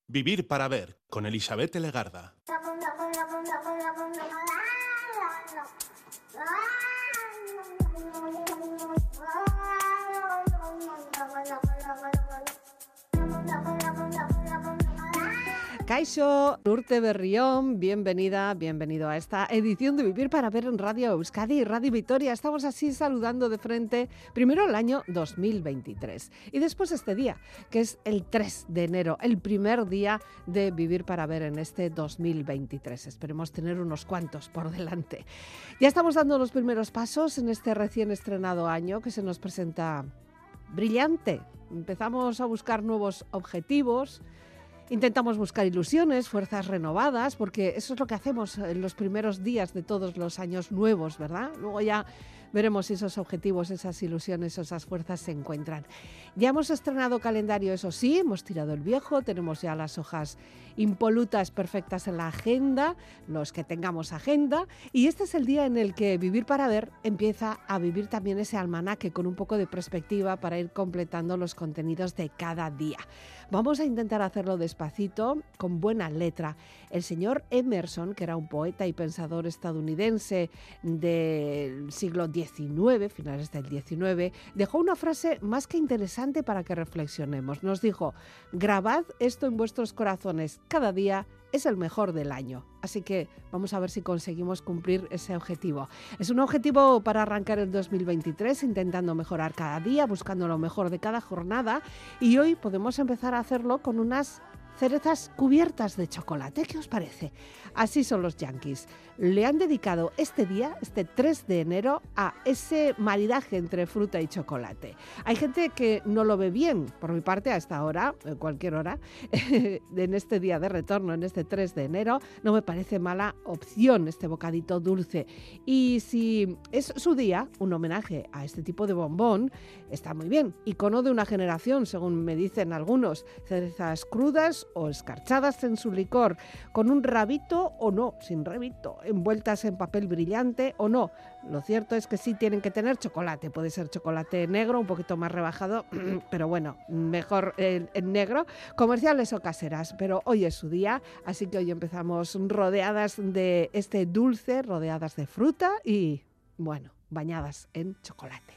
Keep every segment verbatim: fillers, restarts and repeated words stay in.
Vivir para ver, con Elisabet Legarda. Kaixo, Urte Berrión, bienvenida, bienvenido a esta edición de Vivir para Ver en Radio Euskadi y Radio Vitoria. Estamos así saludando de frente primero el año dos mil veintitrés y después este día, que es el tres de enero, el primer día de Vivir para Ver en este dos mil veintitrés. Esperemos tener unos cuantos por delante. Ya estamos dando los primeros pasos en este recién estrenado año que se nos presenta brillante. Empezamos a buscar nuevos objetivos. Intentamos buscar ilusiones, fuerzas renovadas, porque eso es lo que hacemos en los primeros días de todos los años nuevos, ¿verdad? Luego ya veremos si esos objetivos, esas ilusiones, esas fuerzas se encuentran. Ya hemos estrenado calendario, eso sí, hemos tirado el viejo, tenemos ya las hojas impolutas perfectas en la agenda, los que tengamos agenda, y este es el día en el que Vivir para Ver empieza a vivir también ese almanaque con un poco de perspectiva para ir completando los contenidos de cada día. Vamos a intentar hacerlo despacito, con buena letra. El señor Emerson, que era un poeta y pensador estadounidense del siglo diecinueve, finales del diecinueve, dejó una frase más que interesante para que reflexionemos. Nos dijo: grabad esto en vuestros corazones, cada día es el mejor del año. Así que vamos a ver si conseguimos cumplir ese objetivo. Es un objetivo para arrancar el dos mil veintitrés, intentando mejorar cada día, buscando lo mejor de cada jornada, y hoy podemos empezar a hacerlo con unas cerezas cubiertas de chocolate. ¿Qué os parece? Así son los yanquis. Le han dedicado este día, este tres de enero, a ese maridaje entre fruta y chocolate. Hay gente que no lo ve bien. Por mi parte, a esta hora, en cualquier hora, en este día de retorno, en este tres de enero, no me parece mala opción este bocadito dulce. Y si es su día, un homenaje a este tipo de bombón, está muy bien. Icono de una generación, según me dicen algunos. Cerezas crudas o escarchadas en su licor, con un rabito o no, sin rabito, envueltas en papel brillante o no. Lo cierto es que sí tienen que tener chocolate. Puede ser chocolate negro, un poquito más rebajado, pero bueno, mejor el, el negro, comerciales o caseras. Pero hoy es su día, así que hoy empezamos rodeadas de este dulce, rodeadas de fruta y, bueno, bañadas en chocolate.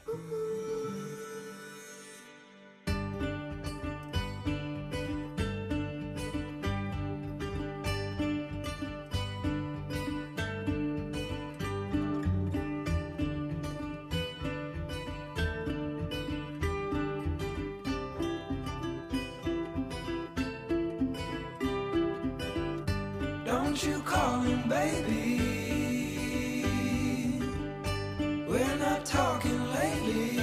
Don't you call him baby, we're not talking lately.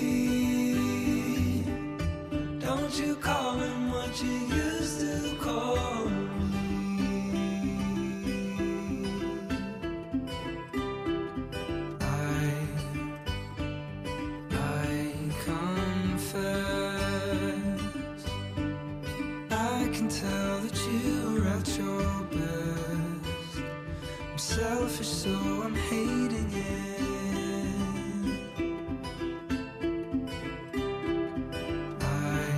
Don't you call him what you used to call me. I, I confess, I can tell that you're at your best. I'm selfish, so I'm hating it. I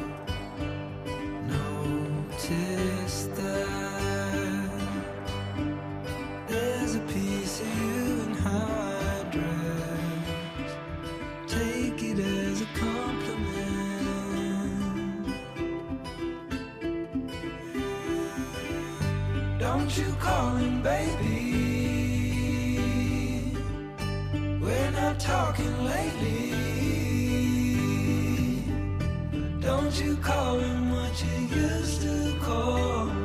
noticed that there's a piece of you in how I dress. Take it as a compliment. Don't you call him baby, we're not talking lately. Don't you call him what you used to call me.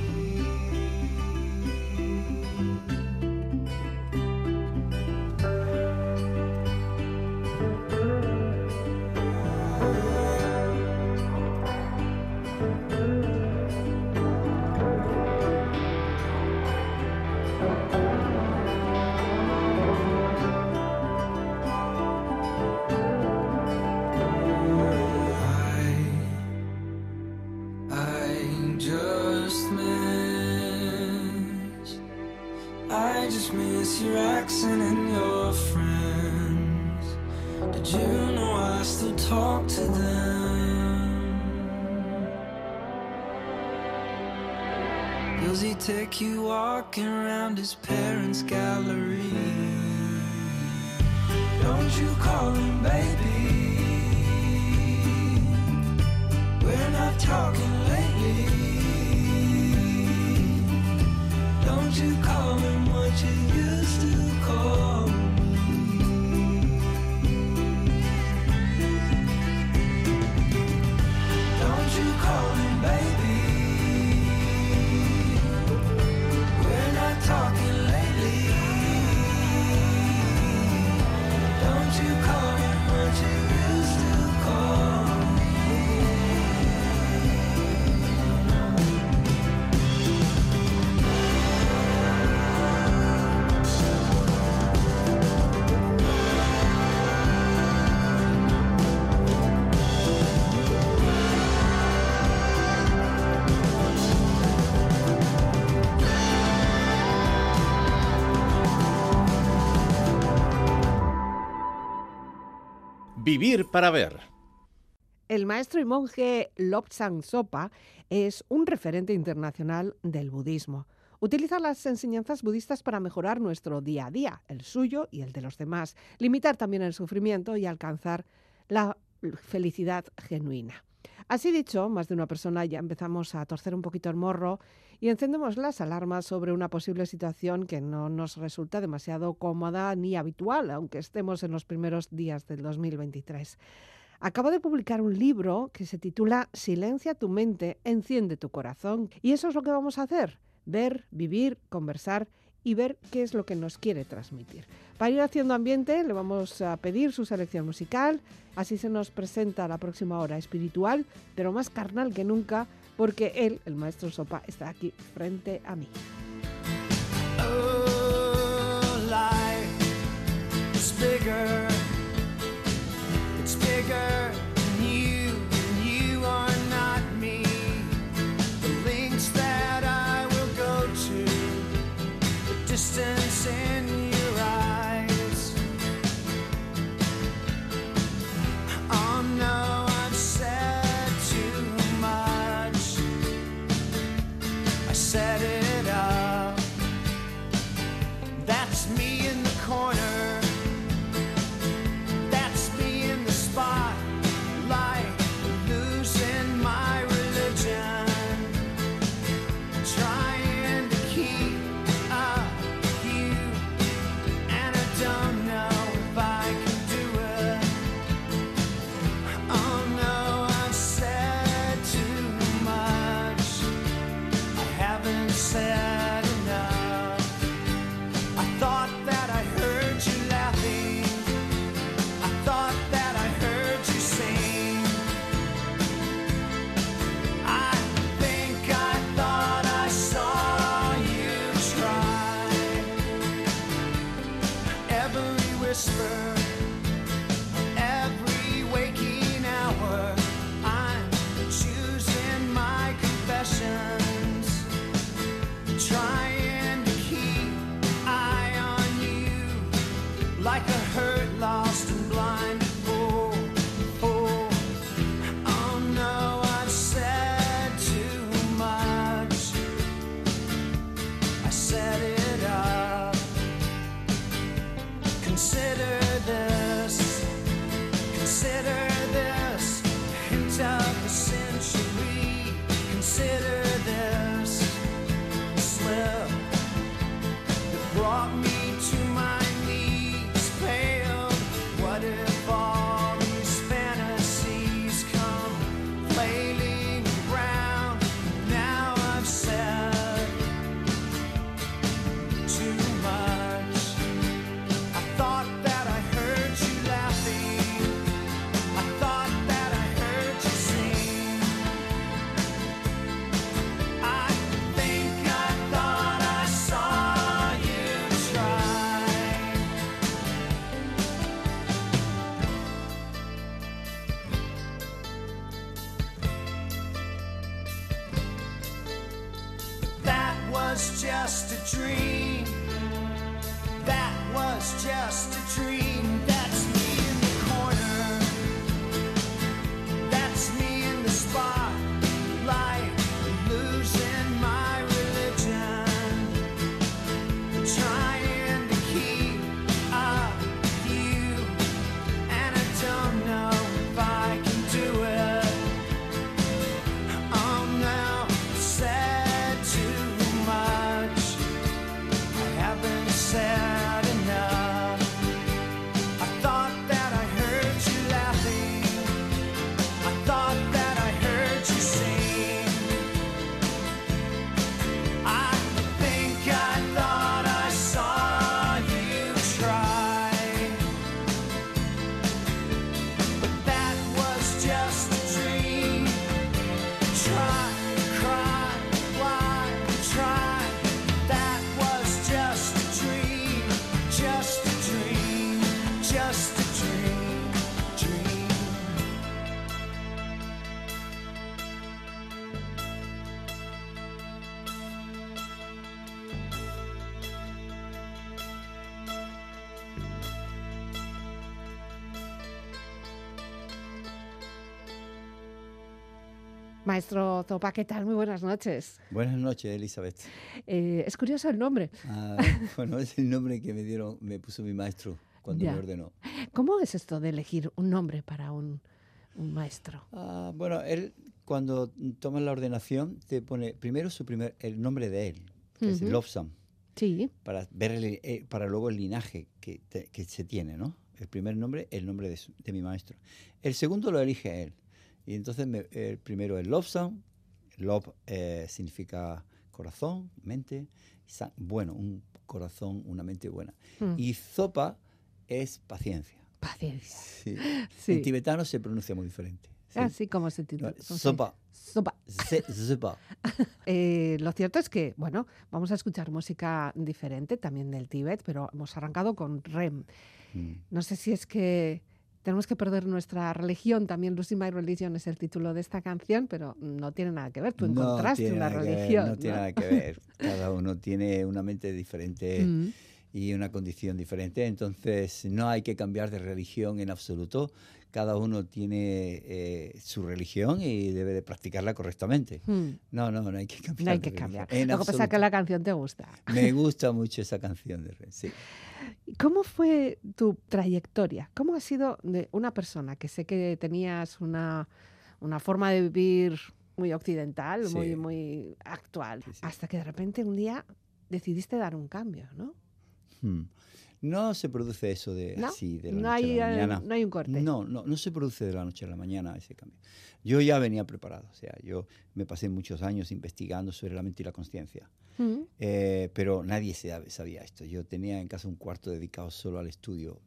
I just miss your accent and your friends. Did you know I still talk to them? Does he take you walking around his parents' gallery? Don't you call him baby. We're not talking lately. Don't you call him what you used to call me. Don't you call him baby. We're not talking lately. Don't you call him what you used to call me. Vivir para ver. El maestro y monje Lobsang Sopa es un referente internacional del budismo. Utiliza las enseñanzas budistas para mejorar nuestro día a día, el suyo y el de los demás, limitar también el sufrimiento y alcanzar la felicidad genuina. Así dicho, más de una persona ya empezamos a torcer un poquito el morro y encendemos las alarmas sobre una posible situación que no nos resulta demasiado cómoda ni habitual, aunque estemos en los primeros días del dos mil veintitrés. Acabo de publicar un libro que se titula Silencia tu mente, enciende tu corazón. Y eso es lo que vamos a hacer, ver, vivir, conversar y ver qué es lo que nos quiere transmitir. Para ir haciendo ambiente le vamos a pedir su selección musical, así se nos presenta la próxima hora espiritual, pero más carnal que nunca, porque él, el maestro Sopa, está aquí frente a mí. Oh, life is bigger. It's bigger than you, and you are not me. The links that I will go to, the distance in your eyes. Oh no, I've said too much. I set it up. That's me in the corner. Just a dream. That was just a dream. That's me in the corner. That's me in the spotlight, losing my religion. Maestro Zopa, ¿qué tal? Muy buenas noches. Buenas noches, Elizabeth. Eh, es curioso el nombre. Ah, bueno, es el nombre que me dieron, me puso mi maestro cuando Ya. me ordenó. ¿Cómo es esto de elegir un nombre para un, un maestro? Ah, bueno, él cuando toma la ordenación te pone primero su primer, el nombre de él, que es Ujú. Lobsam, Sí. para ver el, eh, para luego el linaje que, te- que se tiene, ¿no? El primer nombre, el nombre de, su- de mi maestro. El segundo lo elige él. Y entonces me- el primero es Lobsam. Lob eh, significa corazón, mente. Sam, bueno, un corazón, una mente buena. Mm. Y Zopa es paciencia. Paciencia. Sí. Sí. En tibetano se pronuncia muy diferente. ¿sí? Así como se titula. No, Sopa. Sopa. Se- Zopa. Eh, lo cierto es que, bueno, vamos a escuchar música diferente también del Tíbet, pero hemos arrancado con Rem. Mm. No sé si es que tenemos que perder nuestra religión, también Losing My Religion es el título de esta canción, pero no tiene nada que ver, tú No encontraste tiene una nada que ver, religión. no tiene ¿no? nada que ver. Cada uno tiene una mente diferente Mm. y una condición diferente, entonces no hay que cambiar de religión en absoluto. Cada uno tiene eh, su religión y debe de practicarla correctamente. Mm. No, no, no hay que cambiar. No hay de que religión, cambiar. en Lo que pasa es que absoluto. la canción te gusta. Me gusta mucho esa canción de Ren, sí. ¿Cómo fue tu trayectoria? ¿Cómo has sido de una persona que sé que tenías una, una forma de vivir muy occidental, Sí. muy, muy actual, Sí, sí. hasta que de repente un día decidiste dar un cambio, ¿no? Hmm. No se produce eso de ¿No? así, de la no, noche hay, a la eh, mañana. no hay un corte. No, no, no se produce de la noche a la mañana ese cambio. Yo ya venía preparado, o sea, yo me pasé muchos años investigando sobre la mente y la conciencia, Mm. eh, pero nadie se- sabía esto. Yo tenía en casa un cuarto dedicado solo al estudio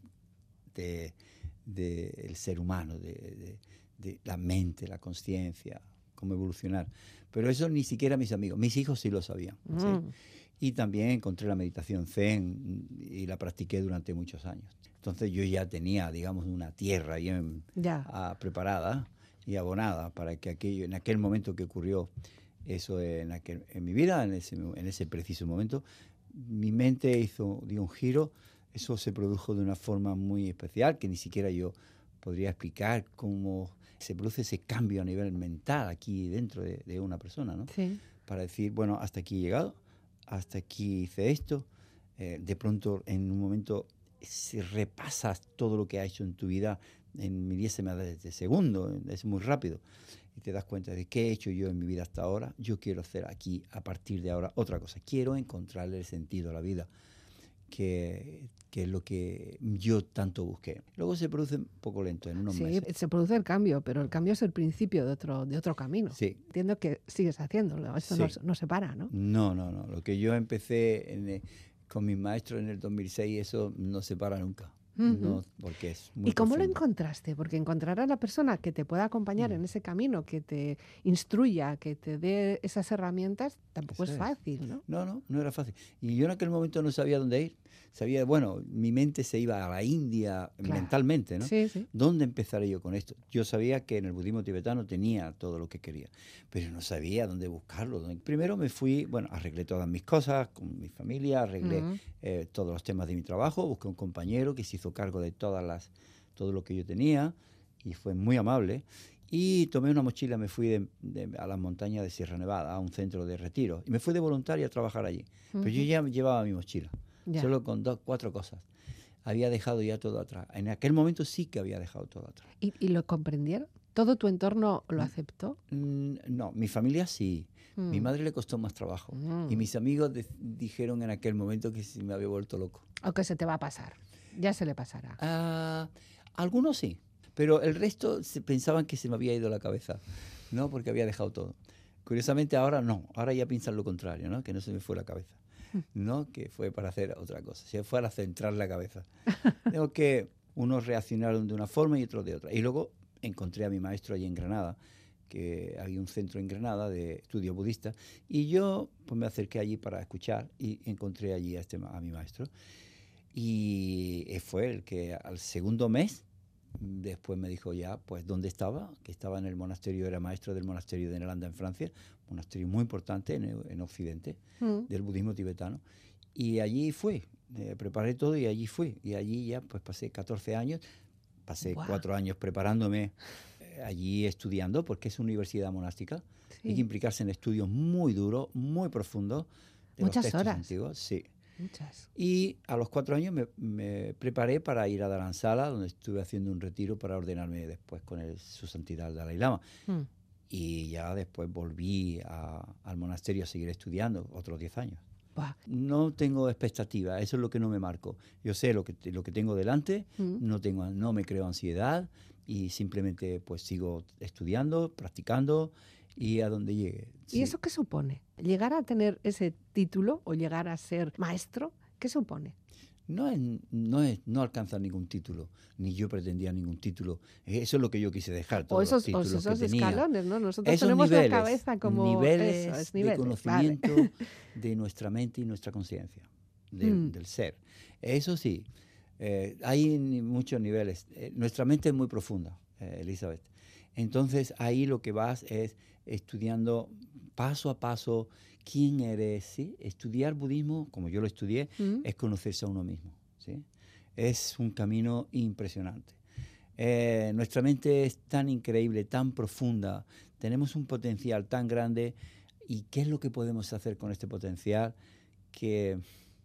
del de, el ser humano, de, de- de la mente, la conciencia, cómo evolucionar. Pero eso ni siquiera mis amigos, mis hijos sí lo sabían. ¿sí? Mm. Y también encontré la meditación Zen y la practiqué durante muchos años. Entonces yo ya tenía, digamos, una tierra bien Ya. ah, preparada y abonada para que aquello, en aquel momento que ocurrió eso en, aquel, en mi vida, en ese, en ese preciso momento, mi mente hizo, dio un giro. Eso se produjo de una forma muy especial que ni siquiera yo podría explicar cómo se produce ese cambio a nivel mental aquí dentro de, de una persona, ¿no? Sí. Para decir, bueno, hasta aquí he llegado, hasta aquí hice esto. Eh, de pronto, en un momento, si repasas todo lo que has hecho en tu vida, en milésimas de, de segundo, es muy rápido, y te das cuenta de qué he hecho yo en mi vida hasta ahora. Yo quiero hacer aquí, a partir de ahora, otra cosa. Quiero encontrarle el sentido a la vida, que, que es lo que yo tanto busqué. Luego se produce un poco lento, en unos Sí, meses. se produce el cambio, pero el cambio es el principio de otro, de otro camino. Sí. Entiendo que sigues haciéndolo, esto Sí. no, se- no se para, ¿no? No, no, no. Lo que yo empecé en, eh, con mis maestros en el dos mil seis, eso no se para nunca. Ujú. No, porque es muy ¿Y cómo lo profundo. encontraste? Porque encontrar a la persona que te pueda acompañar Mm. en ese camino, que te instruya, que te dé esas herramientas, tampoco Eso es es. fácil, ¿no? No, no, no era fácil. Y yo en aquel momento no sabía dónde ir. Sabía, bueno, mi mente se iba a la India Claro. mentalmente, ¿no? Sí, sí. ¿Dónde empezaré yo con esto? Yo sabía que en el budismo tibetano tenía todo lo que quería, pero no sabía dónde buscarlo. dónde- Primero me fui, bueno, arreglé todas mis cosas con mi familia, arreglé Ujú. eh, todos los temas de mi trabajo, busqué un compañero que se hizo cargo de todas las, todo lo que yo tenía y fue muy amable. Y tomé una mochila, me fui de- de- a las montañas de Sierra Nevada, a un centro de retiro, y me fui de voluntario a trabajar allí. Pero yo Ujú. ya llevaba mi mochila, Ya. solo con dos, cuatro cosas. Había dejado ya todo atrás. En aquel momento sí que había dejado todo atrás. ¿Y, y lo comprendieron? ¿Todo tu entorno lo aceptó? Mm, no, mi familia sí. Mi Mm. madre le costó más trabajo. Mm. Y mis amigos de- dijeron en aquel momento que sí me había vuelto loco. ¿O que se te va a pasar? Ya se le pasará. Ah, algunos sí, pero el resto se pensaban que se me había ido la cabeza, ¿no? Porque había dejado todo. Curiosamente ahora no, ahora ya piensan lo contrario, ¿no? Que no se me fue la cabeza, ¿no? Que fue para hacer otra cosa, se fue para centrar la cabeza. Tengo que unos reaccionaron de una forma y otros de otra. Y luego encontré a mi maestro allí en Granada, que había un centro en Granada de estudio budista, y yo pues me acerqué allí para escuchar y encontré allí a, este, ma- a mi maestro. Y fue el que al segundo mes, después me dijo ya, pues, ¿dónde estaba? Que estaba en el monasterio, era maestro del monasterio de Nalanda en Francia, un monasterio muy importante en, en Occidente, Mm. del budismo tibetano. Y allí fui, eh, preparé todo y allí fui. Y allí ya pues pasé catorce años, pasé Guau. cuatro años preparándome allí estudiando, porque es universidad monástica. Sí. Hay que implicarse en estudios muy duros, muy profundos. De Muchas los textos horas. antiguos, sí. Muchas. Y a los cuatro años me, me preparé para ir a Dharamsala, donde estuve haciendo un retiro para ordenarme después con el, su santidad el Dalai Lama. Mm. Y ya después volví a, al monasterio a seguir estudiando, otros diez años. Buah. No tengo expectativa, eso es lo que no me marco. Yo sé lo que, lo que tengo delante, Mm. no, tengo, no me creo ansiedad y simplemente pues sigo estudiando, practicando y a donde llegue. ¿Y Sí. eso qué supone? ¿Llegar a tener ese título o llegar a ser maestro? ¿Qué supone? No, es, no, es, no alcanza ningún título, ni yo pretendía ningún título. Eso es lo que yo quise dejar, todos O esos, los títulos o esos que tenía. escalones, ¿no? Nosotros Esos tenemos niveles, la cabeza como niveles, eso, es de niveles. conocimiento Vale. de nuestra mente y nuestra conciencia, del, Mm. del ser. Eso sí, eh, hay ni- muchos niveles. Eh, nuestra mente es muy profunda, eh, Elizabeth. Entonces ahí lo que vas es estudiando paso a paso quién eres, ¿sí? Estudiar budismo, como yo lo estudié, Mm. es conocerse a uno mismo, ¿sí? Es un camino impresionante. Eh, nuestra mente es tan increíble, tan profunda, tenemos un potencial tan grande, y ¿qué es lo que podemos hacer con este potencial? Que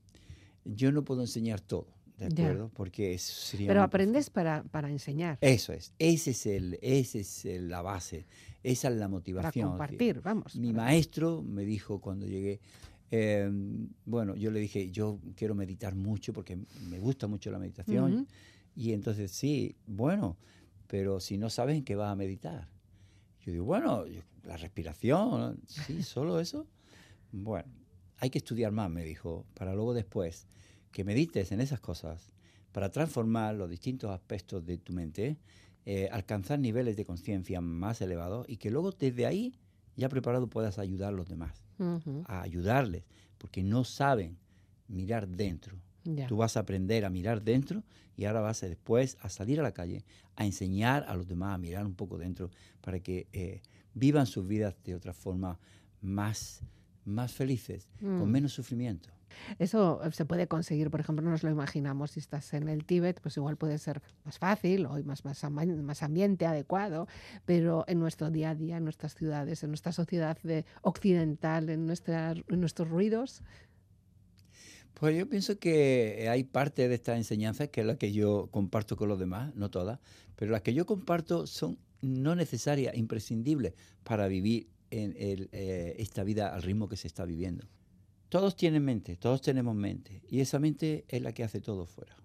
yo no puedo enseñar todo, ¿de Ya. acuerdo? Porque eso sería Pero muy aprendes para, para enseñar, profundo. Eso es, ese es, el, ese es el- la base, esa es la para motivación. compartir, vamos. Mi para- maestro me dijo cuando llegué, eh, bueno, yo le dije, yo quiero meditar mucho porque me gusta mucho la meditación. Ujú. Y entonces, sí, bueno, pero si no sabes en qué vas a meditar. Yo digo, bueno, yo- la respiración, sí, solo eso. Bueno, hay que estudiar más, me dijo, para luego después que medites en esas cosas, para transformar los distintos aspectos de tu mente, eh, alcanzar niveles de conciencia más elevados y que luego desde ahí, ya preparado, puedas ayudar a los demás, Ujú. a ayudarles, porque no saben mirar dentro. Ya. Tú vas a aprender a mirar dentro y ahora vas a después a salir a la calle, a enseñar a los demás a mirar un poco dentro para que eh, vivan sus vidas de otra forma más, más felices, con Mm. menos sufrimiento. Eso eh, se puede conseguir, por ejemplo, nos lo imaginamos, si estás en el Tíbet, pues igual puede ser más fácil o hay más, más, ama- más ambiente adecuado, pero en nuestro día a día, en nuestras ciudades, en nuestra sociedad de- occidental, en, nuestra, en nuestros ruidos, Pues yo pienso que hay parte de esta enseñanza que es la que yo comparto con los demás, no todas, pero las que yo comparto son no necesarias, imprescindibles para vivir en el, eh, esta vida al ritmo que se está viviendo. Todos tienen mente, todos tenemos mente, y esa mente es la que hace todo fuera.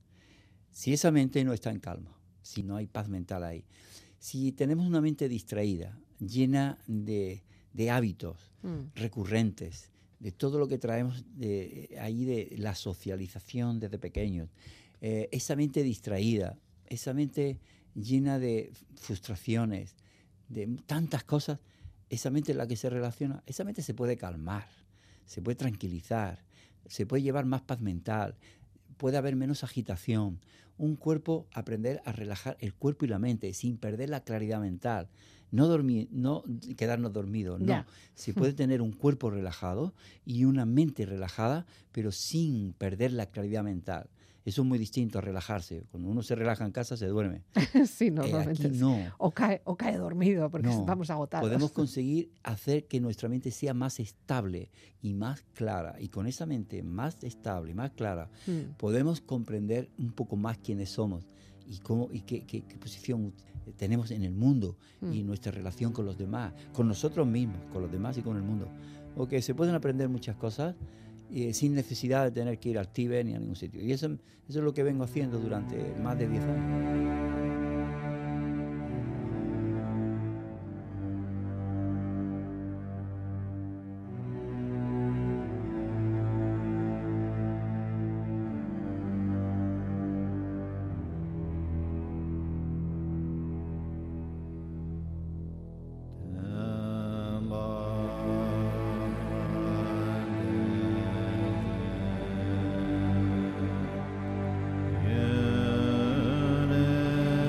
Si esa mente no está en calma, si no hay paz mental ahí, si tenemos una mente distraída, llena de, de hábitos mm, recurrentes, de todo lo que traemos de ahí de la socialización desde pequeños, eh, esa mente distraída, esa mente llena de frustraciones, de tantas cosas, esa mente en la que se relaciona, esa mente se puede calmar, se puede tranquilizar, se puede llevar más paz mental, puede haber menos agitación, un cuerpo, aprender a relajar el cuerpo y la mente sin perder la claridad mental. No dormir, no quedarnos dormidos, no. Ya. Se puede tener un cuerpo relajado y una mente relajada, pero sin perder la claridad mental. Eso es muy distinto a relajarse. Cuando uno se relaja en casa, se duerme. sí, Eh, normalmente aquí sí. no. O cae, o cae dormido porque No. estamos agotados. Podemos conseguir hacer que nuestra mente sea más estable y más clara. Y con esa mente más estable y más clara, Mm. podemos comprender un poco más quiénes somos y cómo y qué, qué- qué posición tenemos en el mundo y Mm. nuestra relación con los demás, con nosotros mismos, con los demás y con el mundo. O que se pueden aprender muchas cosas eh, sin necesidad de tener que ir al Tíbet ni a ningún sitio. Y eso, eso es lo que vengo haciendo durante más de diez años. Yeah.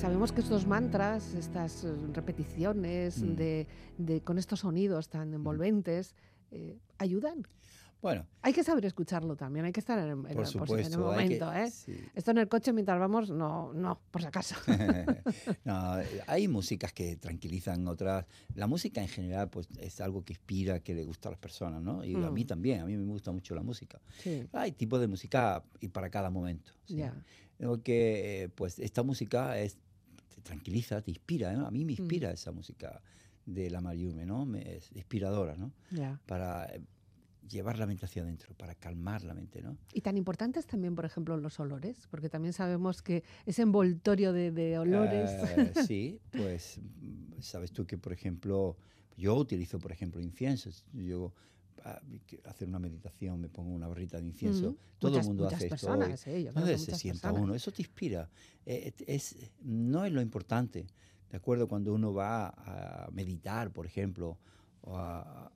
sabemos que estos mantras, estas eh, repeticiones Mm. de, de- con estos sonidos tan envolventes, eh, ayudan. Bueno, Hay que saber escucharlo también, hay que estar en, el- en por el, por si- en el supuesto. hay que- momento. ¿eh? sí. Esto en el coche mientras vamos, no, no, por si acaso. No, hay músicas que tranquilizan, otras. La música en general, pues, es algo que inspira, que le gusta a las personas, ¿no? Y a mí Mm. también, a mí me gusta mucho la música. Sí, Hay tipos de música y para cada momento. ¿sí? ya. Porque, eh, pues, esta música es, te tranquiliza, te inspira, ¿no? A mí me Mm. inspira esa música de la Mariume, ¿no? Me, es inspiradora, ¿no? Ya. Para eh, llevar la mente hacia adentro, para calmar la mente, ¿no? Y tan importantes también, por ejemplo, los olores, porque también sabemos que ese envoltorio de, de olores. Eh, sí, pues mm, sabes tú que, por ejemplo, yo utilizo, por ejemplo, inciensos. Yo para hacer una meditación me pongo una barrita de incienso. Mm, Todo muchas- el mundo muchas hace personas, esto. ¿eh? Yo creo que Entonces se muchas sienta personas. uno, eso te inspira. Eh, es, no es lo importante, ¿de acuerdo? Cuando uno va a meditar, por ejemplo, o a,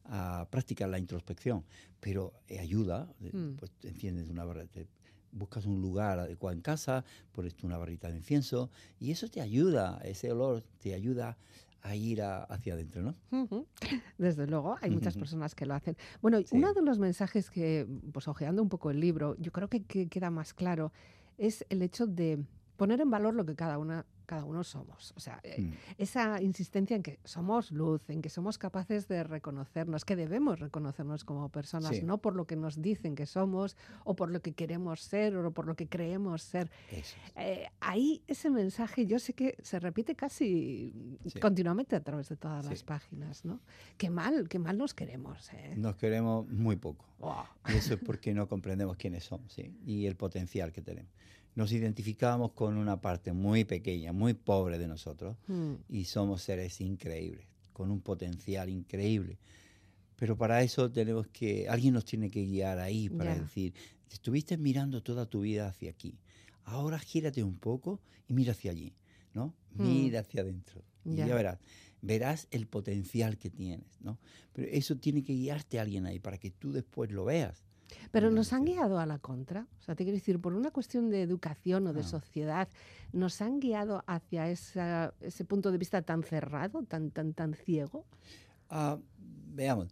a practicar la introspección, pero eh, ayuda, eh, Mm. pues te enciendes una barra, te buscas un lugar adecuado en casa, pones tú una barrita de incienso y eso te ayuda, ese olor te ayuda a ir a- hacia adentro, ¿no? Ujú. Desde luego, hay muchas Ujú. personas que lo hacen. Bueno, y Sí. uno de los mensajes que, pues hojeando un poco el libro, yo creo que, que queda más claro, es el hecho de poner en valor lo que cada una cada uno somos. O sea, eh, Mm. esa insistencia en que somos luz, en que somos capaces de reconocernos, que debemos reconocernos como personas, Sí. no por lo que nos dicen que somos, o por lo que queremos ser, o por lo que creemos ser. Eso es. Eh, ahí ese mensaje yo sé que se repite casi Sí. continuamente a través de todas Sí. las páginas, ¿no? Qué mal, qué mal nos queremos, ¿eh? Nos queremos muy poco. Buah. Y eso es porque no comprendemos quiénes somos, ¿sí? Y el potencial que tenemos. Nos identificamos con una parte muy pequeña, muy pobre de nosotros, Mm, y somos seres increíbles, con un potencial increíble. Pero para eso tenemos que, alguien nos tiene que guiar ahí para Ya. decir, estuviste mirando toda tu vida hacia aquí, ahora gírate un poco y mira hacia allí, ¿no? Mm. Mira hacia adentro y Ya. ya verás, verás el potencial que tienes, ¿no? Pero eso tiene que guiarte a alguien ahí para que tú después lo veas. Pero Mira nos han hacia- guiado a la contra. O sea, te quiero decir, por una cuestión de educación o de Ah. sociedad, nos han guiado hacia esa- ese punto de vista tan cerrado, tan, tan, tan ciego. Ah, veamos,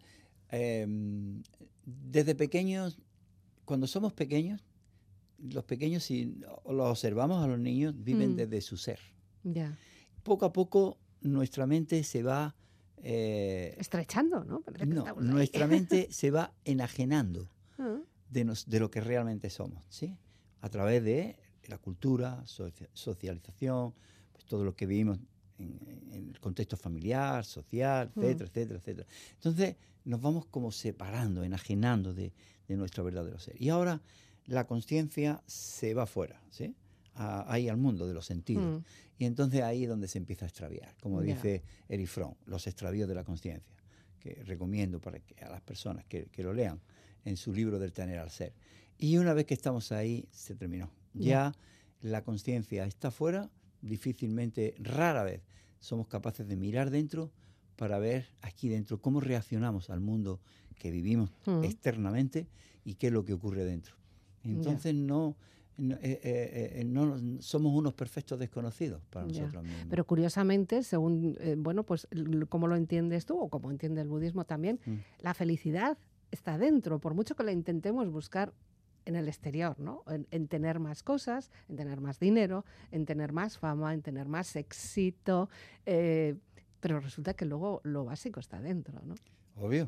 em, desde pequeños, cuando somos pequeños, los pequeños, si los observamos a los niños, viven Mm. desde su ser. Ya. Poco a poco nuestra mente se va, eh, Estrechando, ¿no? Parece que no, estamos ahí. nuestra mente se va enajenando Ah, de, nos- de lo que realmente somos, ¿sí? A través de la cultura, socia- socialización, pues todo lo que vivimos en, en el contexto familiar, social, Mm. etcétera, etcétera, etcétera. Entonces nos vamos como separando, enajenando de, de nuestro verdadero ser. Y ahora la conciencia se va fuera, ¿sí? A- ahí al mundo de los sentidos. mm, Y entonces ahí es donde se empieza a extraviar, como Ya. dice Erich Fromm, los extravíos de la conciencia, que recomiendo para que, a las personas que, que lo lean en su libro del tener al ser. Y una vez que estamos ahí, se terminó. Ya la conciencia está fuera, difícilmente, rara vez, somos capaces de mirar dentro para ver aquí dentro cómo reaccionamos al mundo que vivimos Mm. externamente y qué es lo que ocurre dentro. Entonces no, no, eh, eh, eh, no somos unos perfectos desconocidos para Ya. nosotros mismos. Pero curiosamente, según, eh, bueno, pues l- cómo lo entiendes tú o cómo entiende el budismo también, Mm. la felicidad está dentro, por mucho que la intentemos buscar en el exterior, ¿no? En, en tener más cosas, en tener más dinero, en tener más fama, en tener más éxito, eh, pero resulta que luego lo básico está dentro, ¿no? Obvio.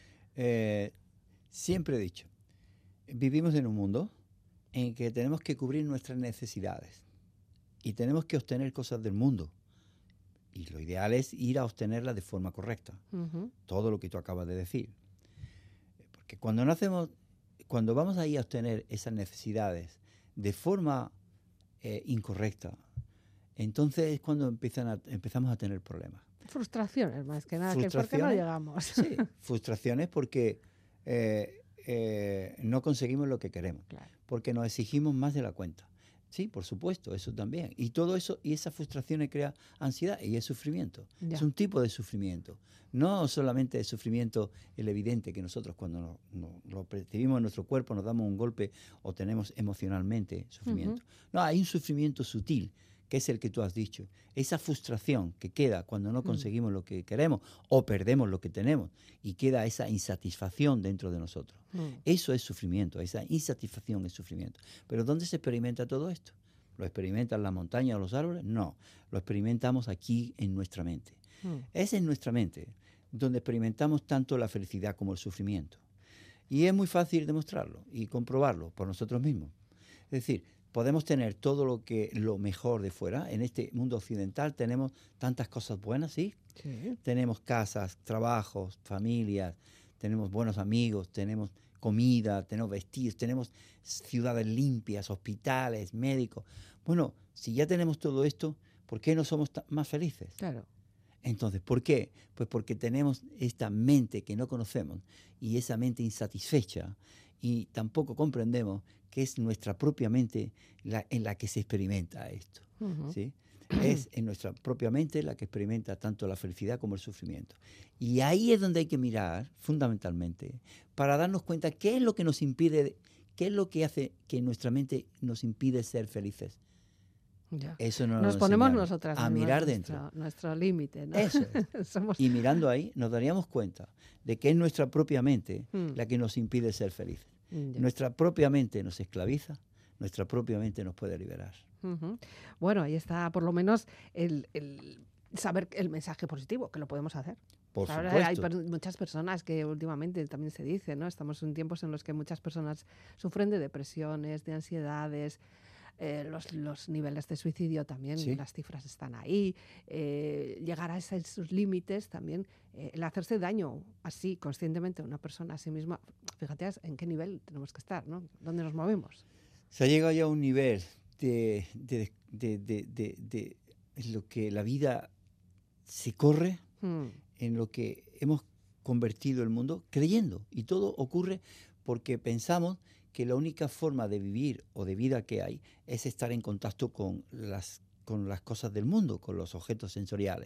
Eh, siempre he dicho, vivimos en un mundo en que tenemos que cubrir nuestras necesidades y tenemos que obtener cosas del mundo. Y lo ideal es ir a obtenerlas de forma correcta. Ujú. Todo lo que tú acabas de decir. Porque cuando no hacemos, cuando vamos ahí a obtener esas necesidades de forma eh, incorrecta, entonces es cuando empiezan a- empezamos a tener problemas. Frustraciones más que nada, que ¿por qué no Frustraciones. llegamos? Sí, frustraciones porque eh, eh, no conseguimos lo que queremos, Claro. porque nos exigimos más de la cuenta. Sí, por supuesto, eso también. Y todo eso, y esas frustraciones crea ansiedad y es sufrimiento. Ya. Es un tipo de sufrimiento. No solamente el sufrimiento, el evidente que nosotros cuando no- no- lo percibimos en nuestro cuerpo, nos damos un golpe o tenemos emocionalmente sufrimiento. No, hay un sufrimiento sutil que es el que tú has dicho. Esa frustración que queda cuando no conseguimos mm. lo que queremos o perdemos lo que tenemos y queda esa insatisfacción dentro de nosotros. Mm. Eso es sufrimiento, esa insatisfacción es sufrimiento. Pero ¿dónde se experimenta todo esto? ¿Lo experimentan las montañas o los árboles? No, lo experimentamos aquí en nuestra mente. Mm. Es en nuestra mente donde experimentamos tanto la felicidad como el sufrimiento. Y es muy fácil demostrarlo y comprobarlo por nosotros mismos. Es decir, podemos tener todo lo que lo mejor de fuera. En este mundo occidental tenemos tantas cosas buenas, ¿sí? Sí. Tenemos casas, trabajos, familias, tenemos buenos amigos, tenemos comida, tenemos vestidos, tenemos ciudades limpias, hospitales, médicos. Bueno, si ya tenemos todo esto, ¿por qué no somos más felices? Claro. Entonces, ¿por qué? Pues porque tenemos esta mente que no conocemos y esa mente insatisfecha y tampoco comprendemos que es nuestra propia mente la, en la que se experimenta esto. Uh-huh. ¿Sí? Es en nuestra propia mente la que experimenta tanto la felicidad como el sufrimiento. Y ahí es donde hay que mirar, fundamentalmente, para darnos cuenta qué es lo que nos impide, qué es lo que hace que nuestra mente nos impide ser felices. Ya. Eso no nos, nos ponemos nosotras a mirar nuestro, dentro. Nuestro límite, ¿no? Eso es. Somos... Y mirando ahí nos daríamos cuenta de que es nuestra propia mente mm. la que nos impide ser felices. Mm, nuestra propia mente nos esclaviza, nuestra propia mente nos puede liberar. Uh-huh. Bueno, ahí está por lo menos el, el saber el mensaje positivo, que lo podemos hacer. Por Ahora supuesto. Hay per- muchas personas que últimamente también se dice, ¿no? Estamos en tiempos en los que muchas personas sufren de depresiones, de ansiedades. Eh, los, los niveles de suicidio también, ¿sí? Las cifras están ahí. Eh, llegar a esos límites también, eh, el hacerse daño así conscientemente a una persona a sí misma, fíjate en qué nivel tenemos que estar, ¿no? ¿Dónde nos movemos? Se ha llegado ya a un nivel de, de, de, de, de, de en lo que la vida se corre, hmm. en lo que hemos convertido el mundo, creyendo. Y todo ocurre porque pensamos que la única forma de vivir o de vida que hay es estar en contacto con las, con las cosas del mundo, con los objetos sensoriales.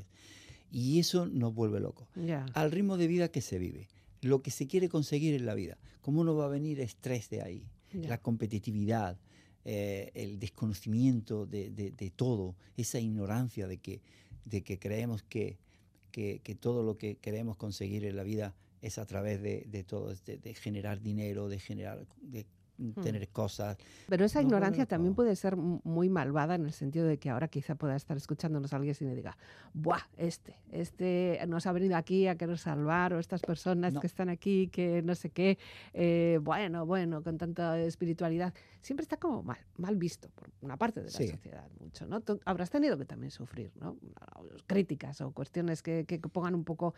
Y eso nos vuelve locos. Yeah. Al ritmo de vida que se vive, lo que se quiere conseguir en la vida, ¿cómo no va a venir estrés de ahí? Yeah. La competitividad, eh, el desconocimiento de, de, de todo, esa ignorancia de que, de que creemos que, que, que todo lo que queremos conseguir en la vida es a través de, de todo, de, de generar dinero, de generar... De, tener cosas. Pero esa no, ignorancia bueno, también puede ser muy malvada en el sentido de que ahora quizá pueda estar escuchándonos alguien y me diga, ¡buah! Este, este nos ha venido aquí a querer salvar, o estas personas no. que están aquí, que no sé qué, eh, bueno, bueno, con tanta espiritualidad. Siempre está como mal, mal visto por una parte de la sí. sociedad, mucho, ¿no? Tú habrás tenido que también sufrir, ¿no? Críticas o cuestiones que, que pongan un poco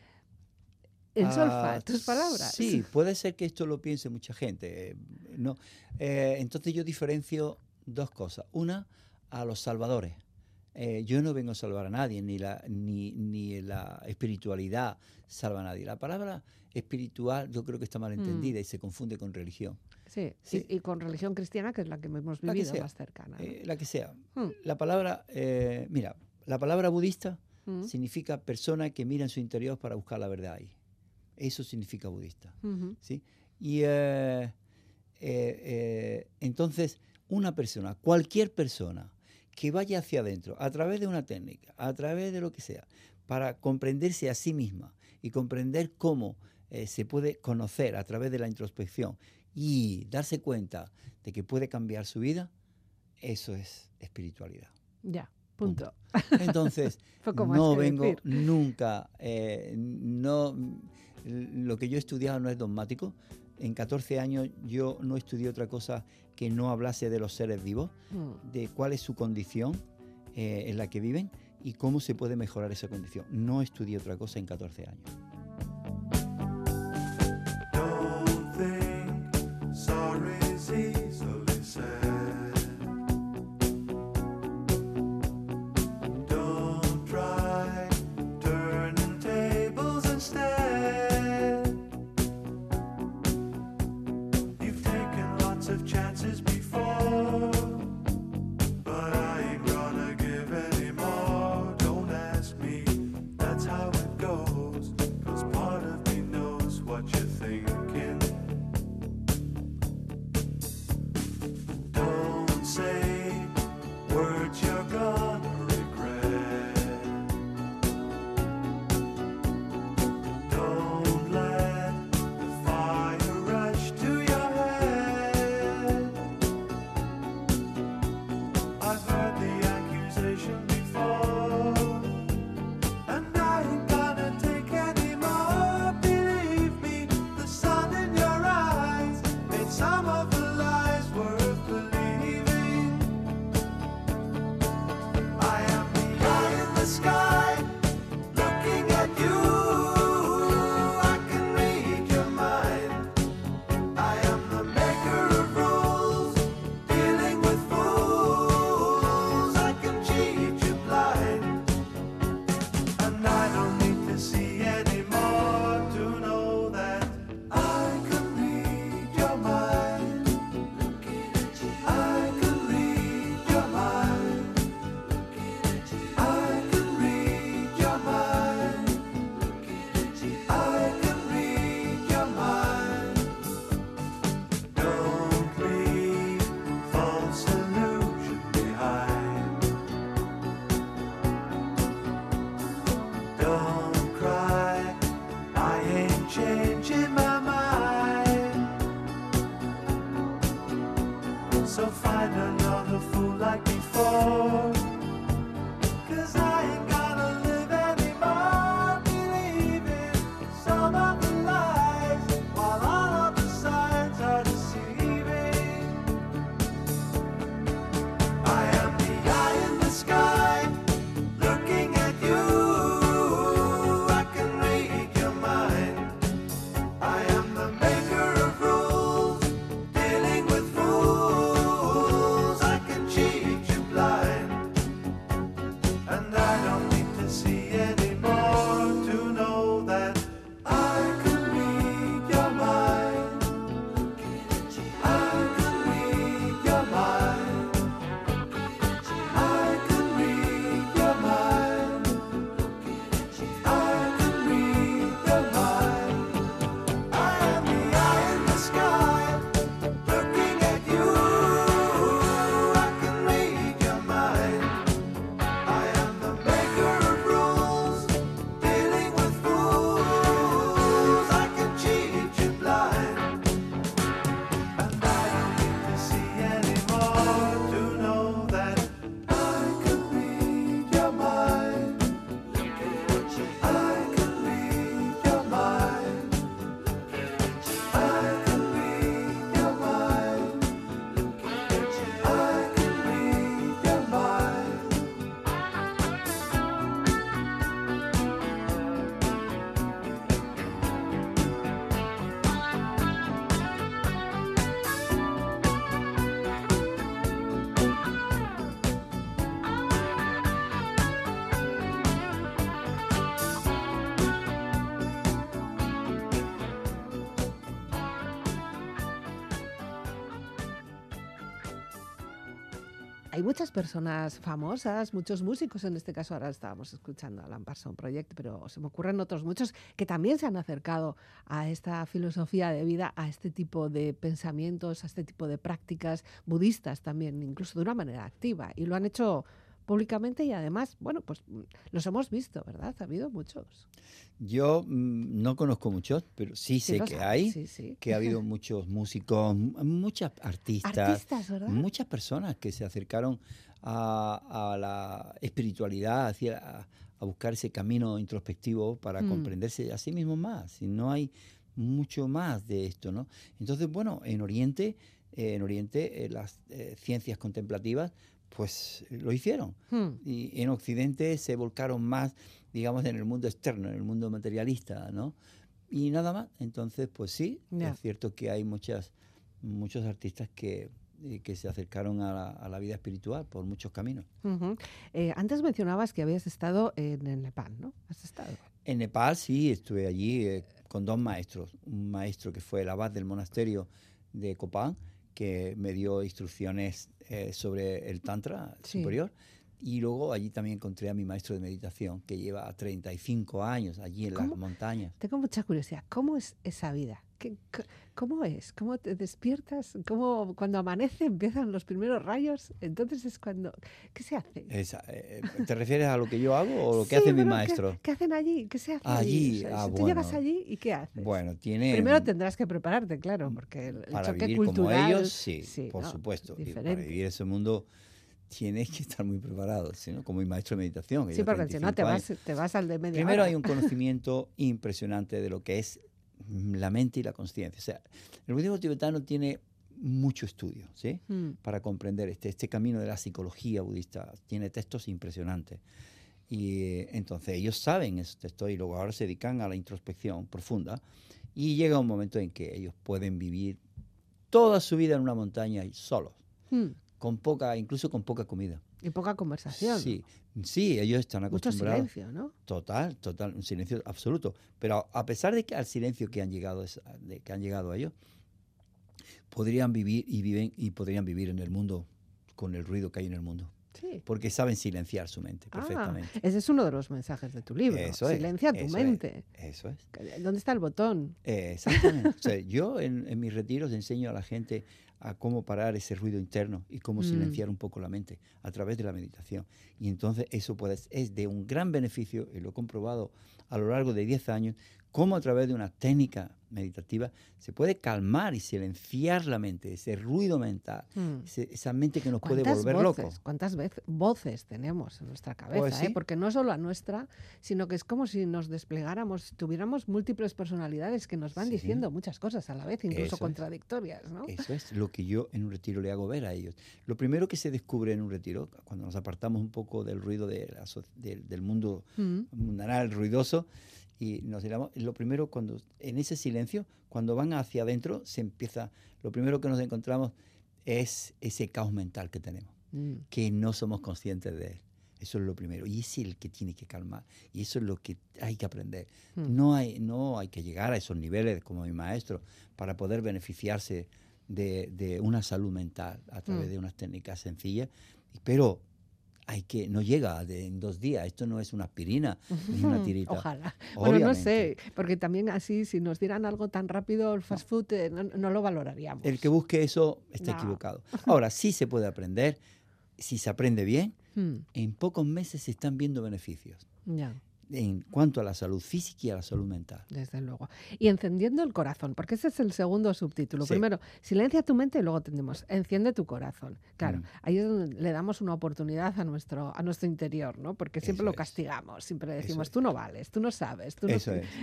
en solfa, uh, tus palabras. Sí, puede ser que esto lo piense mucha gente. ¿No? Eh, entonces yo diferencio dos cosas. Una, a los salvadores. Eh, yo no vengo a salvar a nadie, ni la, ni, ni la espiritualidad salva a nadie. La palabra espiritual yo creo que está mal entendida mm. y se confunde con religión. Sí, sí. Y, y con religión cristiana, que es la que hemos vivido más cercana, ¿no? Eh, la que sea. Mm. La palabra, eh, mira, la palabra budista mm. significa persona que mira en su interior para buscar la verdad ahí. Eso significa budista. Uh-huh. ¿Sí? Y eh, eh, eh, entonces, una persona, cualquier persona que vaya hacia adentro, a través de una técnica, a través de lo que sea, para comprenderse a sí misma y comprender cómo eh, se puede conocer a través de la introspección y darse cuenta de que puede cambiar su vida, eso es espiritualidad. Ya. Punto. Punto. Entonces, no vengo decir. nunca, eh, no, lo que yo he estudiado no es dogmático. En catorce años yo no estudié otra cosa que no hablase de los seres vivos, mm. de cuál es su condición eh, en la que viven y cómo se puede mejorar esa condición. No estudié otra cosa en catorce años. That's how it goes. Hay muchas personas famosas, muchos músicos, en este caso ahora estábamos escuchando a Alan Parsons Project, pero se me ocurren otros muchos que también se han acercado a esta filosofía de vida, a este tipo de pensamientos, a este tipo de prácticas budistas también, incluso de una manera activa, y lo han hecho públicamente y además, bueno, pues los hemos visto, ¿verdad? Ha habido muchos. Yo mm, no conozco muchos, pero sí, Sí sé lo que sabes, hay, sí, sí. que ha habido muchos músicos, m- muchas artistas, Artistas, ¿verdad? muchas personas que se acercaron a, a la espiritualidad, hacia, a, a buscar ese camino introspectivo para Mm. comprenderse a sí mismos más. Y no hay mucho más de esto, ¿no? Entonces, bueno, en Oriente, eh, en Oriente eh, las eh, ciencias contemplativas, pues eh, lo hicieron. Hmm. Y en Occidente se volcaron más, digamos, en el mundo externo, en el mundo materialista, ¿no? Y nada más. Entonces, pues sí, Ya. es cierto que hay muchas, muchos artistas que, eh, que se acercaron a la, a la vida espiritual por muchos caminos. Ujú. Eh, antes mencionabas que habías estado en, en Nepal, ¿no? ¿Has estado? En Nepal sí, estuve allí eh, con dos maestros. Un maestro que fue el abad del monasterio de Copán, que me dio instrucciones eh, sobre el Tantra Sí. superior. Y luego allí también encontré a mi maestro de meditación, que lleva treinta y cinco años allí en ¿Cómo? las montañas. Tengo mucha curiosidad. ¿Cómo es esa vida? ¿Qué, c- ¿Cómo es? ¿Cómo te despiertas? ¿Cómo cuando amanece empiezan los primeros rayos? Entonces es cuando... ¿Qué se hace? Esa, eh, ¿te refieres a lo que yo hago o lo que Sí, hace mi pero ¿qué- maestro? ¿Qué, hacen allí? ¿Qué se hace Allí, allí? O sea, ah, si tú llegas bueno. allí y ¿qué haces? Bueno, tiene... Primero tendrás que prepararte, claro, porque el, el Para choque vivir como cultural... ellos, sí, por ¿no? supuesto. Y para Diferente. vivir ese mundo tienes que estar muy preparado, ¿sí, no? Como mi maestro de meditación. que Sí, lleva porque si no te treinta y cinco vas, años. te vas al de media Primero hora. hay un conocimiento impresionante de lo que es mm, la mente y la conciencia. O sea, el budismo tibetano tiene mucho estudio, ¿sí? Mm. Para comprender este, este camino de la psicología budista. Tiene textos impresionantes. Y eh, entonces ellos saben esos textos y luego ahora se dedican a la introspección profunda. Y llega un momento en que ellos pueden vivir toda su vida en una montaña y solos, Mm. con poca, incluso con poca comida. Y poca conversación. Sí, sí, ellos están Mucho acostumbrados. silencio, ¿no? Total, total, un silencio absoluto. Pero a pesar de que al silencio que han llegado, es- de que han llegado a ellos, podrían vivir y viven y podrían vivir en el mundo con el ruido que hay en el mundo, Sí. porque saben silenciar su mente Ah, perfectamente. ese es uno de los mensajes de tu libro. Eso es, Silencia tu eso mente. es, eso es. ¿Dónde está el botón? Eh, exactamente. O sea, yo en, en mis retiros enseño a la gente a cómo parar ese ruido interno y cómo Mm. silenciar un poco la mente a través de la meditación. Y entonces eso puede, es de un gran beneficio, y lo he comprobado a lo largo de diez años, cómo a través de una técnica meditativa se puede calmar y silenciar la mente, ese ruido mental, Mm. ese- esa mente que nos puede ¿Cuántas volver voces, locos. ¿Cuántas vez- voces tenemos en nuestra cabeza? Pues sí. ¿eh? Porque no solo la nuestra, sino que es como si nos desplegáramos, tuviéramos múltiples personalidades que nos van Sí. diciendo muchas cosas a la vez, incluso Eso es. contradictorias, ¿no? Eso es lo que yo en un retiro le hago ver a ellos. Lo primero que se descubre en un retiro, cuando nos apartamos un poco del ruido de la so- del- del mundo Mm. mundanal, ruidoso, y nos miramos, lo primero cuando, en ese silencio, cuando van hacia adentro, se empieza, lo primero que nos encontramos es ese caos mental que tenemos, Mm. que no somos conscientes de él. Eso es lo primero. Y es el que tiene que calmar. Y eso es lo que hay que aprender. Mm. No hay, no hay que llegar a esos niveles como mi maestro para poder beneficiarse de, de una salud mental a través Mm. de unas técnicas sencillas. Pero hay que, no llega de, en dos días. Esto no es una aspirina ni una tirita. Ojalá. Bueno, no Obviamente. sé, porque también así, si nos dieran algo tan rápido, el fast food, eh, no, no lo valoraríamos. El que busque eso está No. equivocado. Ahora, sí se puede aprender. Si se aprende bien, Mm. en pocos meses se están viendo beneficios Ya. en cuanto a la salud física y a la salud mental. Desde luego. Y encendiendo el corazón, porque ese es el segundo subtítulo. Sí. Primero, silencia tu mente y luego tenemos enciende tu corazón. Claro, Mm. ahí es donde le damos una oportunidad a nuestro, a nuestro interior, ¿no? Porque siempre Eso lo es. castigamos, siempre Eso decimos, es. tú no vales, tú no sabes, tú no... Eso es.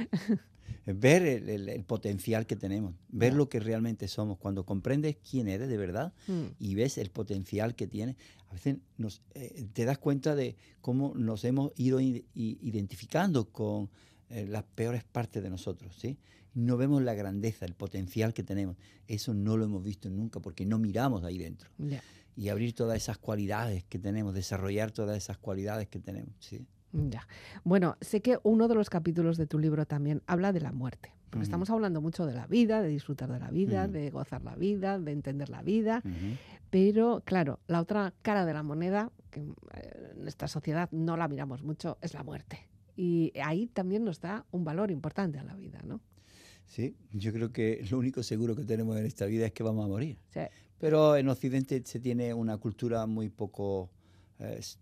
Ver el, el- el potencial que tenemos, ver Ya. lo que realmente somos. Cuando comprendes quién eres de verdad Mm. y ves el potencial que tienes, a veces nos, eh, te das cuenta de cómo nos hemos ido i- i- identificando con eh, las peores partes de nosotros, ¿sí? No vemos la grandeza, el potencial que tenemos. Eso no lo hemos visto nunca porque no miramos ahí dentro. Ya. Y abrir todas esas cualidades que tenemos, desarrollar todas esas cualidades que tenemos, ¿sí? Ya. Bueno, sé que uno de los capítulos de tu libro también habla de la muerte. Porque Ujú. estamos hablando mucho de la vida, de disfrutar de la vida, Ujú. de gozar la vida, de entender la vida. Ujú. Pero, claro, la otra cara de la moneda, que eh, en esta sociedad no la miramos mucho, es la muerte. Y ahí también nos da un valor importante a la vida, ¿no? Sí, yo creo que lo único seguro que tenemos en esta vida es que vamos a morir. Sí. Pero en Occidente se tiene una cultura muy poco, eh, s-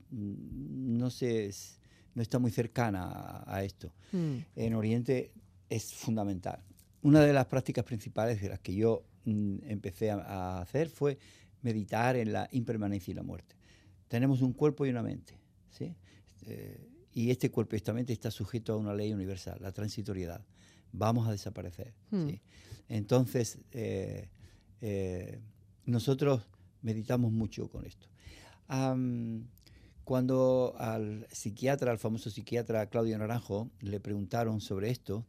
no sé, s- no está muy cercana a, a esto. Mm. En Oriente es fundamental. Una de las prácticas principales de las que yo mm, empecé a, a hacer fue meditar en la impermanencia y la muerte. Tenemos un cuerpo y una mente, ¿sí? Eh, y este cuerpo y esta mente está sujeto a una ley universal, la transitoriedad. Vamos a desaparecer, Mm. ¿sí? Entonces, eh, eh, nosotros meditamos mucho con esto. Am, cuando al psiquiatra, al famoso psiquiatra Claudio Naranjo, le preguntaron sobre esto,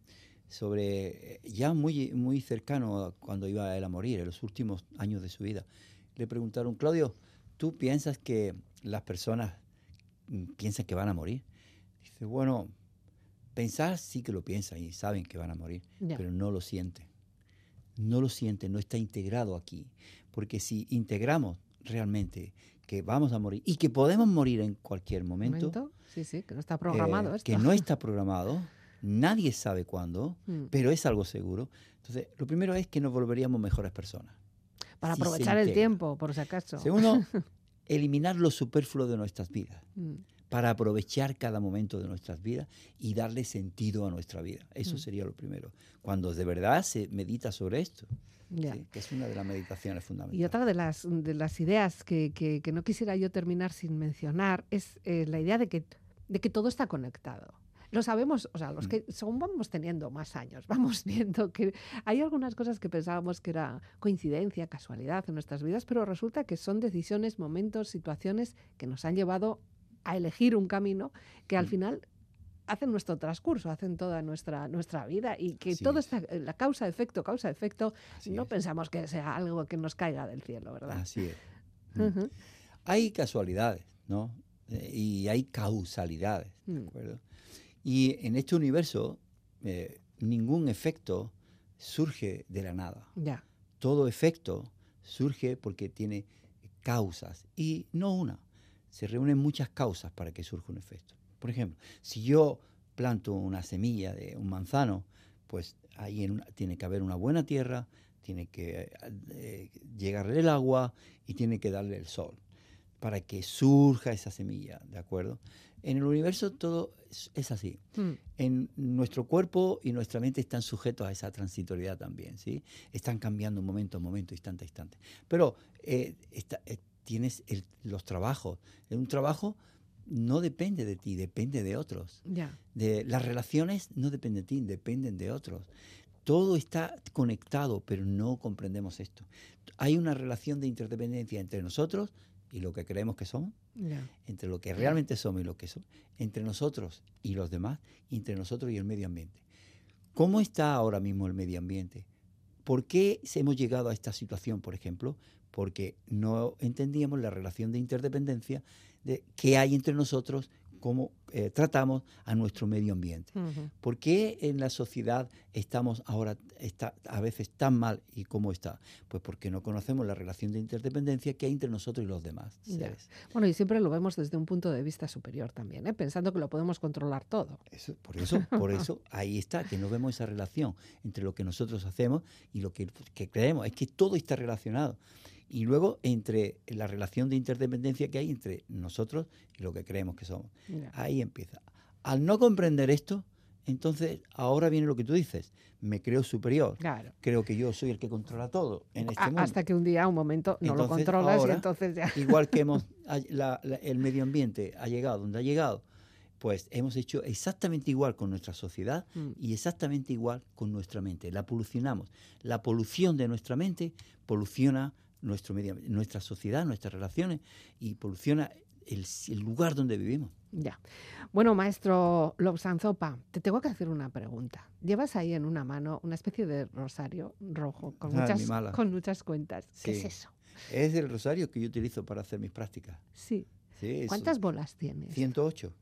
sobre eh, ya muy, muy cercano a cuando iba él a morir, en los últimos años de su vida, le preguntaron, Claudio, ¿tú piensas que las personas mm, piensan que van a morir? Dice, bueno, pensar sí que lo piensan y saben que van a morir, Ya. pero no lo sienten. No lo sienten, no está integrado aquí. Porque si integramos realmente que vamos a morir y que podemos morir en cualquier momento, ¿Momento? Sí, sí, que no está programado eh, esto. que no está programado, nadie sabe cuándo, Mm. pero es algo seguro. Entonces, lo primero es que nos volveríamos mejores personas. Para si se aprovechar el integra. tiempo, por si acaso. Segundo, eliminar lo superfluo de nuestras vidas, Mm. para aprovechar cada momento de nuestras vidas y darle sentido a nuestra vida. Eso Mm. sería lo primero. Cuando de verdad se medita sobre esto, Ya. ¿sí? Que es una de las meditaciones fundamentales. Y otra de las, de las ideas que, que- que no quisiera yo terminar sin mencionar es eh, la idea de que, de que todo está conectado. Lo sabemos, o sea, los Mm. que según vamos teniendo más años, vamos viendo que hay algunas cosas que pensábamos que era coincidencia, casualidad en nuestras vidas, pero resulta que son decisiones, momentos, situaciones que nos han llevado a elegir un camino que al Mm. final hacen nuestro transcurso, hacen toda nuestra, nuestra vida y que Así todo es. está, la causa-efecto, causa-efecto, Así no es. pensamos que sea algo que nos caiga del cielo, ¿verdad? Así es. Mm. Ujú. Hay casualidades, ¿no? Eh, y hay causalidades, ¿de Mm. acuerdo? Y en este universo, eh, ningún efecto surge de la nada. Ya. Todo efecto surge porque tiene causas, y no una. Se reúnen muchas causas para que surja un efecto. Por ejemplo, si yo planto una semilla de un manzano, pues ahí en una- tiene que haber una buena tierra, tiene que eh, llegarle el agua y tiene que darle el sol para que surja esa semilla, ¿de acuerdo? En el universo todo es, es así. Mm. En nuestro cuerpo y nuestra mente están sujetos a esa transitoriedad también, ¿sí? Están cambiando momento a momento, instante a instante. Pero eh, está- eh, tienes el- los trabajos. Un trabajo no depende de ti, depende de otros. Ya. De, las relaciones no dependen de ti, dependen de otros. Todo está conectado, pero no comprendemos esto. Hay una relación de interdependencia entre nosotros y lo que creemos que somos, Ya. entre lo que realmente somos y lo que somos, entre nosotros y los demás, y entre nosotros y el medio ambiente. ¿Cómo está ahora mismo el medio ambiente? ¿Por qué hemos llegado a esta situación, por ejemplo? Porque no entendíamos la relación de interdependencia de que hay entre nosotros, cómo eh, tratamos a nuestro medio ambiente. Ujú. ¿Por qué en la sociedad estamos ahora está, a veces tan mal y cómo está? Pues porque no conocemos la relación de interdependencia que hay entre nosotros y los demás Ya. seres. Bueno, y siempre lo vemos desde un punto de vista superior también, ¿eh? Pensando que lo podemos controlar todo. Eso, por eso, por eso ahí está, que no vemos esa relación entre lo que nosotros hacemos y lo que, que creemos. Es que todo está relacionado. Y luego entre la relación de interdependencia que hay entre nosotros y lo que creemos que somos. Ya. Ahí empieza. Al no comprender esto, entonces ahora viene lo que tú dices. Me creo superior. Claro. Creo que yo soy el que controla todo en este A- mundo. hasta que un día, un momento, no lo Entonces, controlas y ahora, entonces ya. Igual que hemos, ha- la- la- el medio ambiente ha llegado donde ha llegado, pues hemos hecho exactamente igual con nuestra sociedad Mm. y exactamente igual con nuestra mente. La polucionamos. La polución de nuestra mente poluciona nuestro medio, nuestra sociedad, nuestras relaciones y poluciona el, el lugar donde vivimos. Ya. Bueno, maestro Lobsanzopa, te tengo que hacer una pregunta. Llevas ahí en una mano una especie de rosario rojo con, Ah, muchas, mi mala. con muchas cuentas. ¿Qué Sí. es eso? Es el rosario que yo utilizo para hacer mis prácticas. Sí. Sí, es ¿Cuántas bolas tienes? ciento ocho.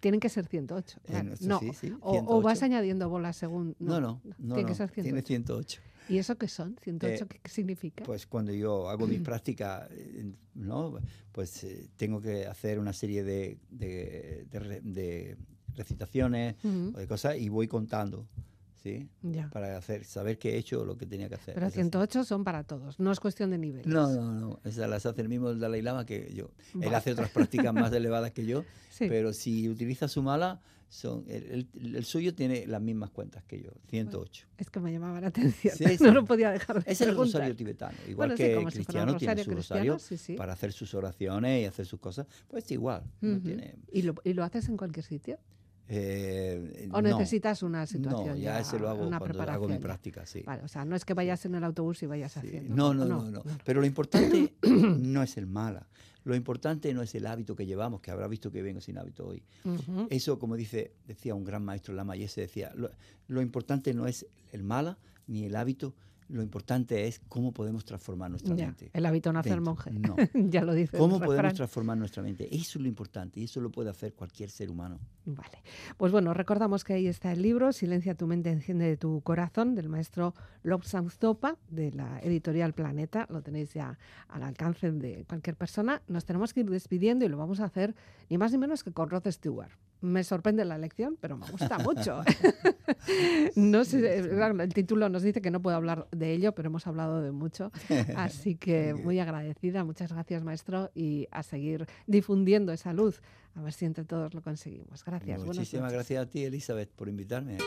tienen que ser ciento ocho. Eh, Claro. nuestro- no, sí, sí, o, ciento o ocho. vas añadiendo bolas según... No, no, no, tiene no, que ser ciento ocho. tiene ciento ocho. ¿Y eso qué son? ¿ciento ocho Eh, qué, qué significa? Pues cuando yo hago mis prácticas, eh, ¿no? Pues eh, tengo que hacer una serie de, de, de re- de recitaciones Ujú. o de cosas y voy contando, ¿sí? Ya. Para hacer, saber que he hecho lo que tenía que hacer. Pero Es así. ciento ocho son para todos, no es cuestión de niveles. No, no, no. Esas las hace el mismo el Dalai Lama que yo. Él Va. hace otras prácticas más elevadas que yo, Sí. pero si utiliza su mala, son, el, el- el suyo tiene las mismas cuentas que yo, ciento ocho. Es que me llamaba la atención. Sí, no sí. lo podía dejar de Es el preguntar. rosario tibetano. Igual Bueno, sí, que como el si fuera un cristiano tiene rosario su cristiano, rosario sí, sí. para hacer sus oraciones y hacer sus cosas, pues igual. no Ujú. tiene, ¿Y, lo, ¿Y lo haces en cualquier sitio? eh, ¿O no, necesitas una situación? No, ya ese lo hago una cuando hago mi preparación ya? práctica, sí. Vale, o sea, no es que vayas en el autobús y vayas Sí. haciendo. No, no, no, no, Pero lo importante no es el mala. Lo importante no es el hábito que llevamos, que habrá visto que vengo sin hábito hoy. Ujú. Eso, como dice, decía un gran maestro Lama Yese, decía, lo, lo importante no es el mala ni el hábito, lo importante es cómo podemos transformar nuestra Ya, mente. el hábito no hacer dentro. monje. No. Ya lo dice. ¿Cómo el podemos refrán. transformar nuestra mente? Eso es lo importante y eso lo puede hacer cualquier ser humano. Vale. Pues bueno, recordamos que ahí está el libro Silencia tu mente, enciende tu corazón, del maestro Lobsang Zopa, de la editorial Planeta. Lo tenéis ya al alcance de cualquier persona. Nos tenemos que ir despidiendo y lo vamos a hacer ni más ni menos que con Rod Stewart. Me sorprende la elección, pero me gusta mucho. No sé, claro, el título nos dice que no puedo hablar de ello, pero hemos hablado de mucho. Así que muy agradecida. Muchas gracias, maestro, y a seguir difundiendo esa luz. A ver si entre todos lo conseguimos. Gracias. Buenas Muchísimas noches. gracias a ti, Elizabeth, por invitarme.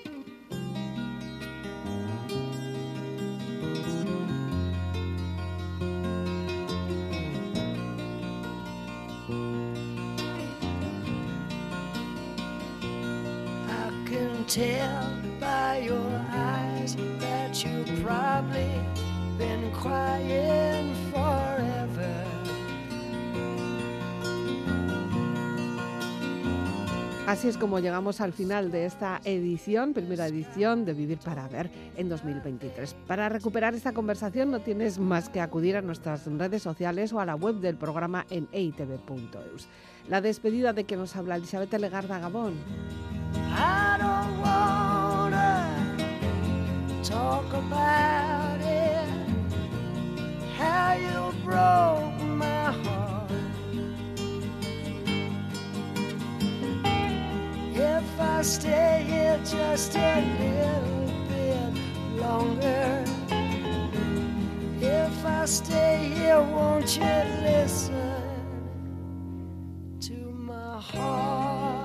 I can tell by your eyes that you've probably been crying forever. Así es como llegamos al final de esta edición, primera edición de Vivir para Ver en dos mil veintitrés. Para recuperar esta conversación no tienes más que acudir a nuestras redes sociales o a la web del programa en e i te ve punto eus. La despedida de que nos habla Elizabeth Legarda Gabón. I don't wanna talk about it, how you broke my heart. If I stay here just a little bit longer, if I stay here, won't you listen to my heart?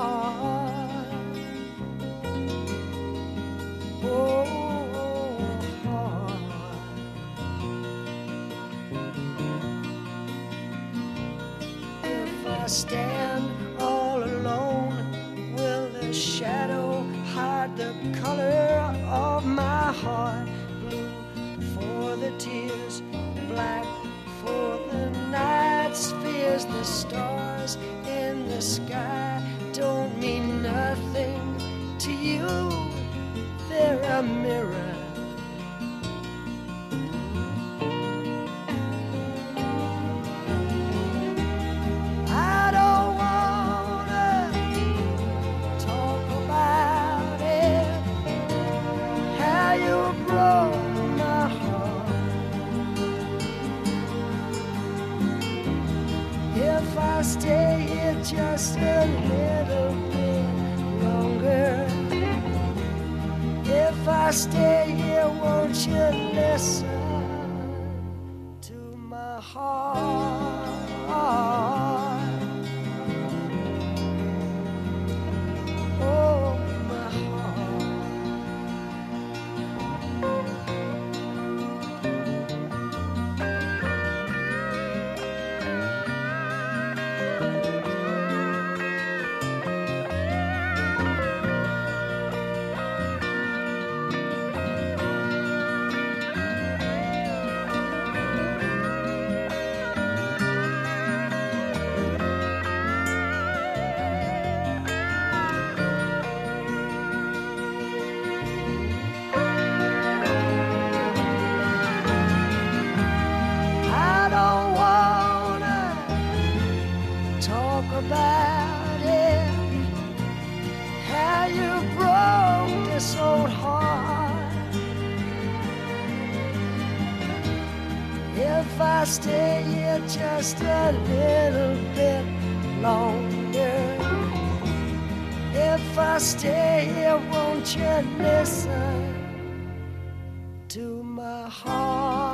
Oh, heart. If I stand all alone, will the shadow hide the color of my heart? Blue for the tears, black for the night's fears. The stars in the sky don't mean nothing to you. They're a mirror. I don't wanna talk about it, how you broke my heart. If I stay here just a little bit longer, if I stay here, won't you listen to my heart? Oh, my heart. I stay here just a little bit longer, if I stay here, won't you listen to my heart?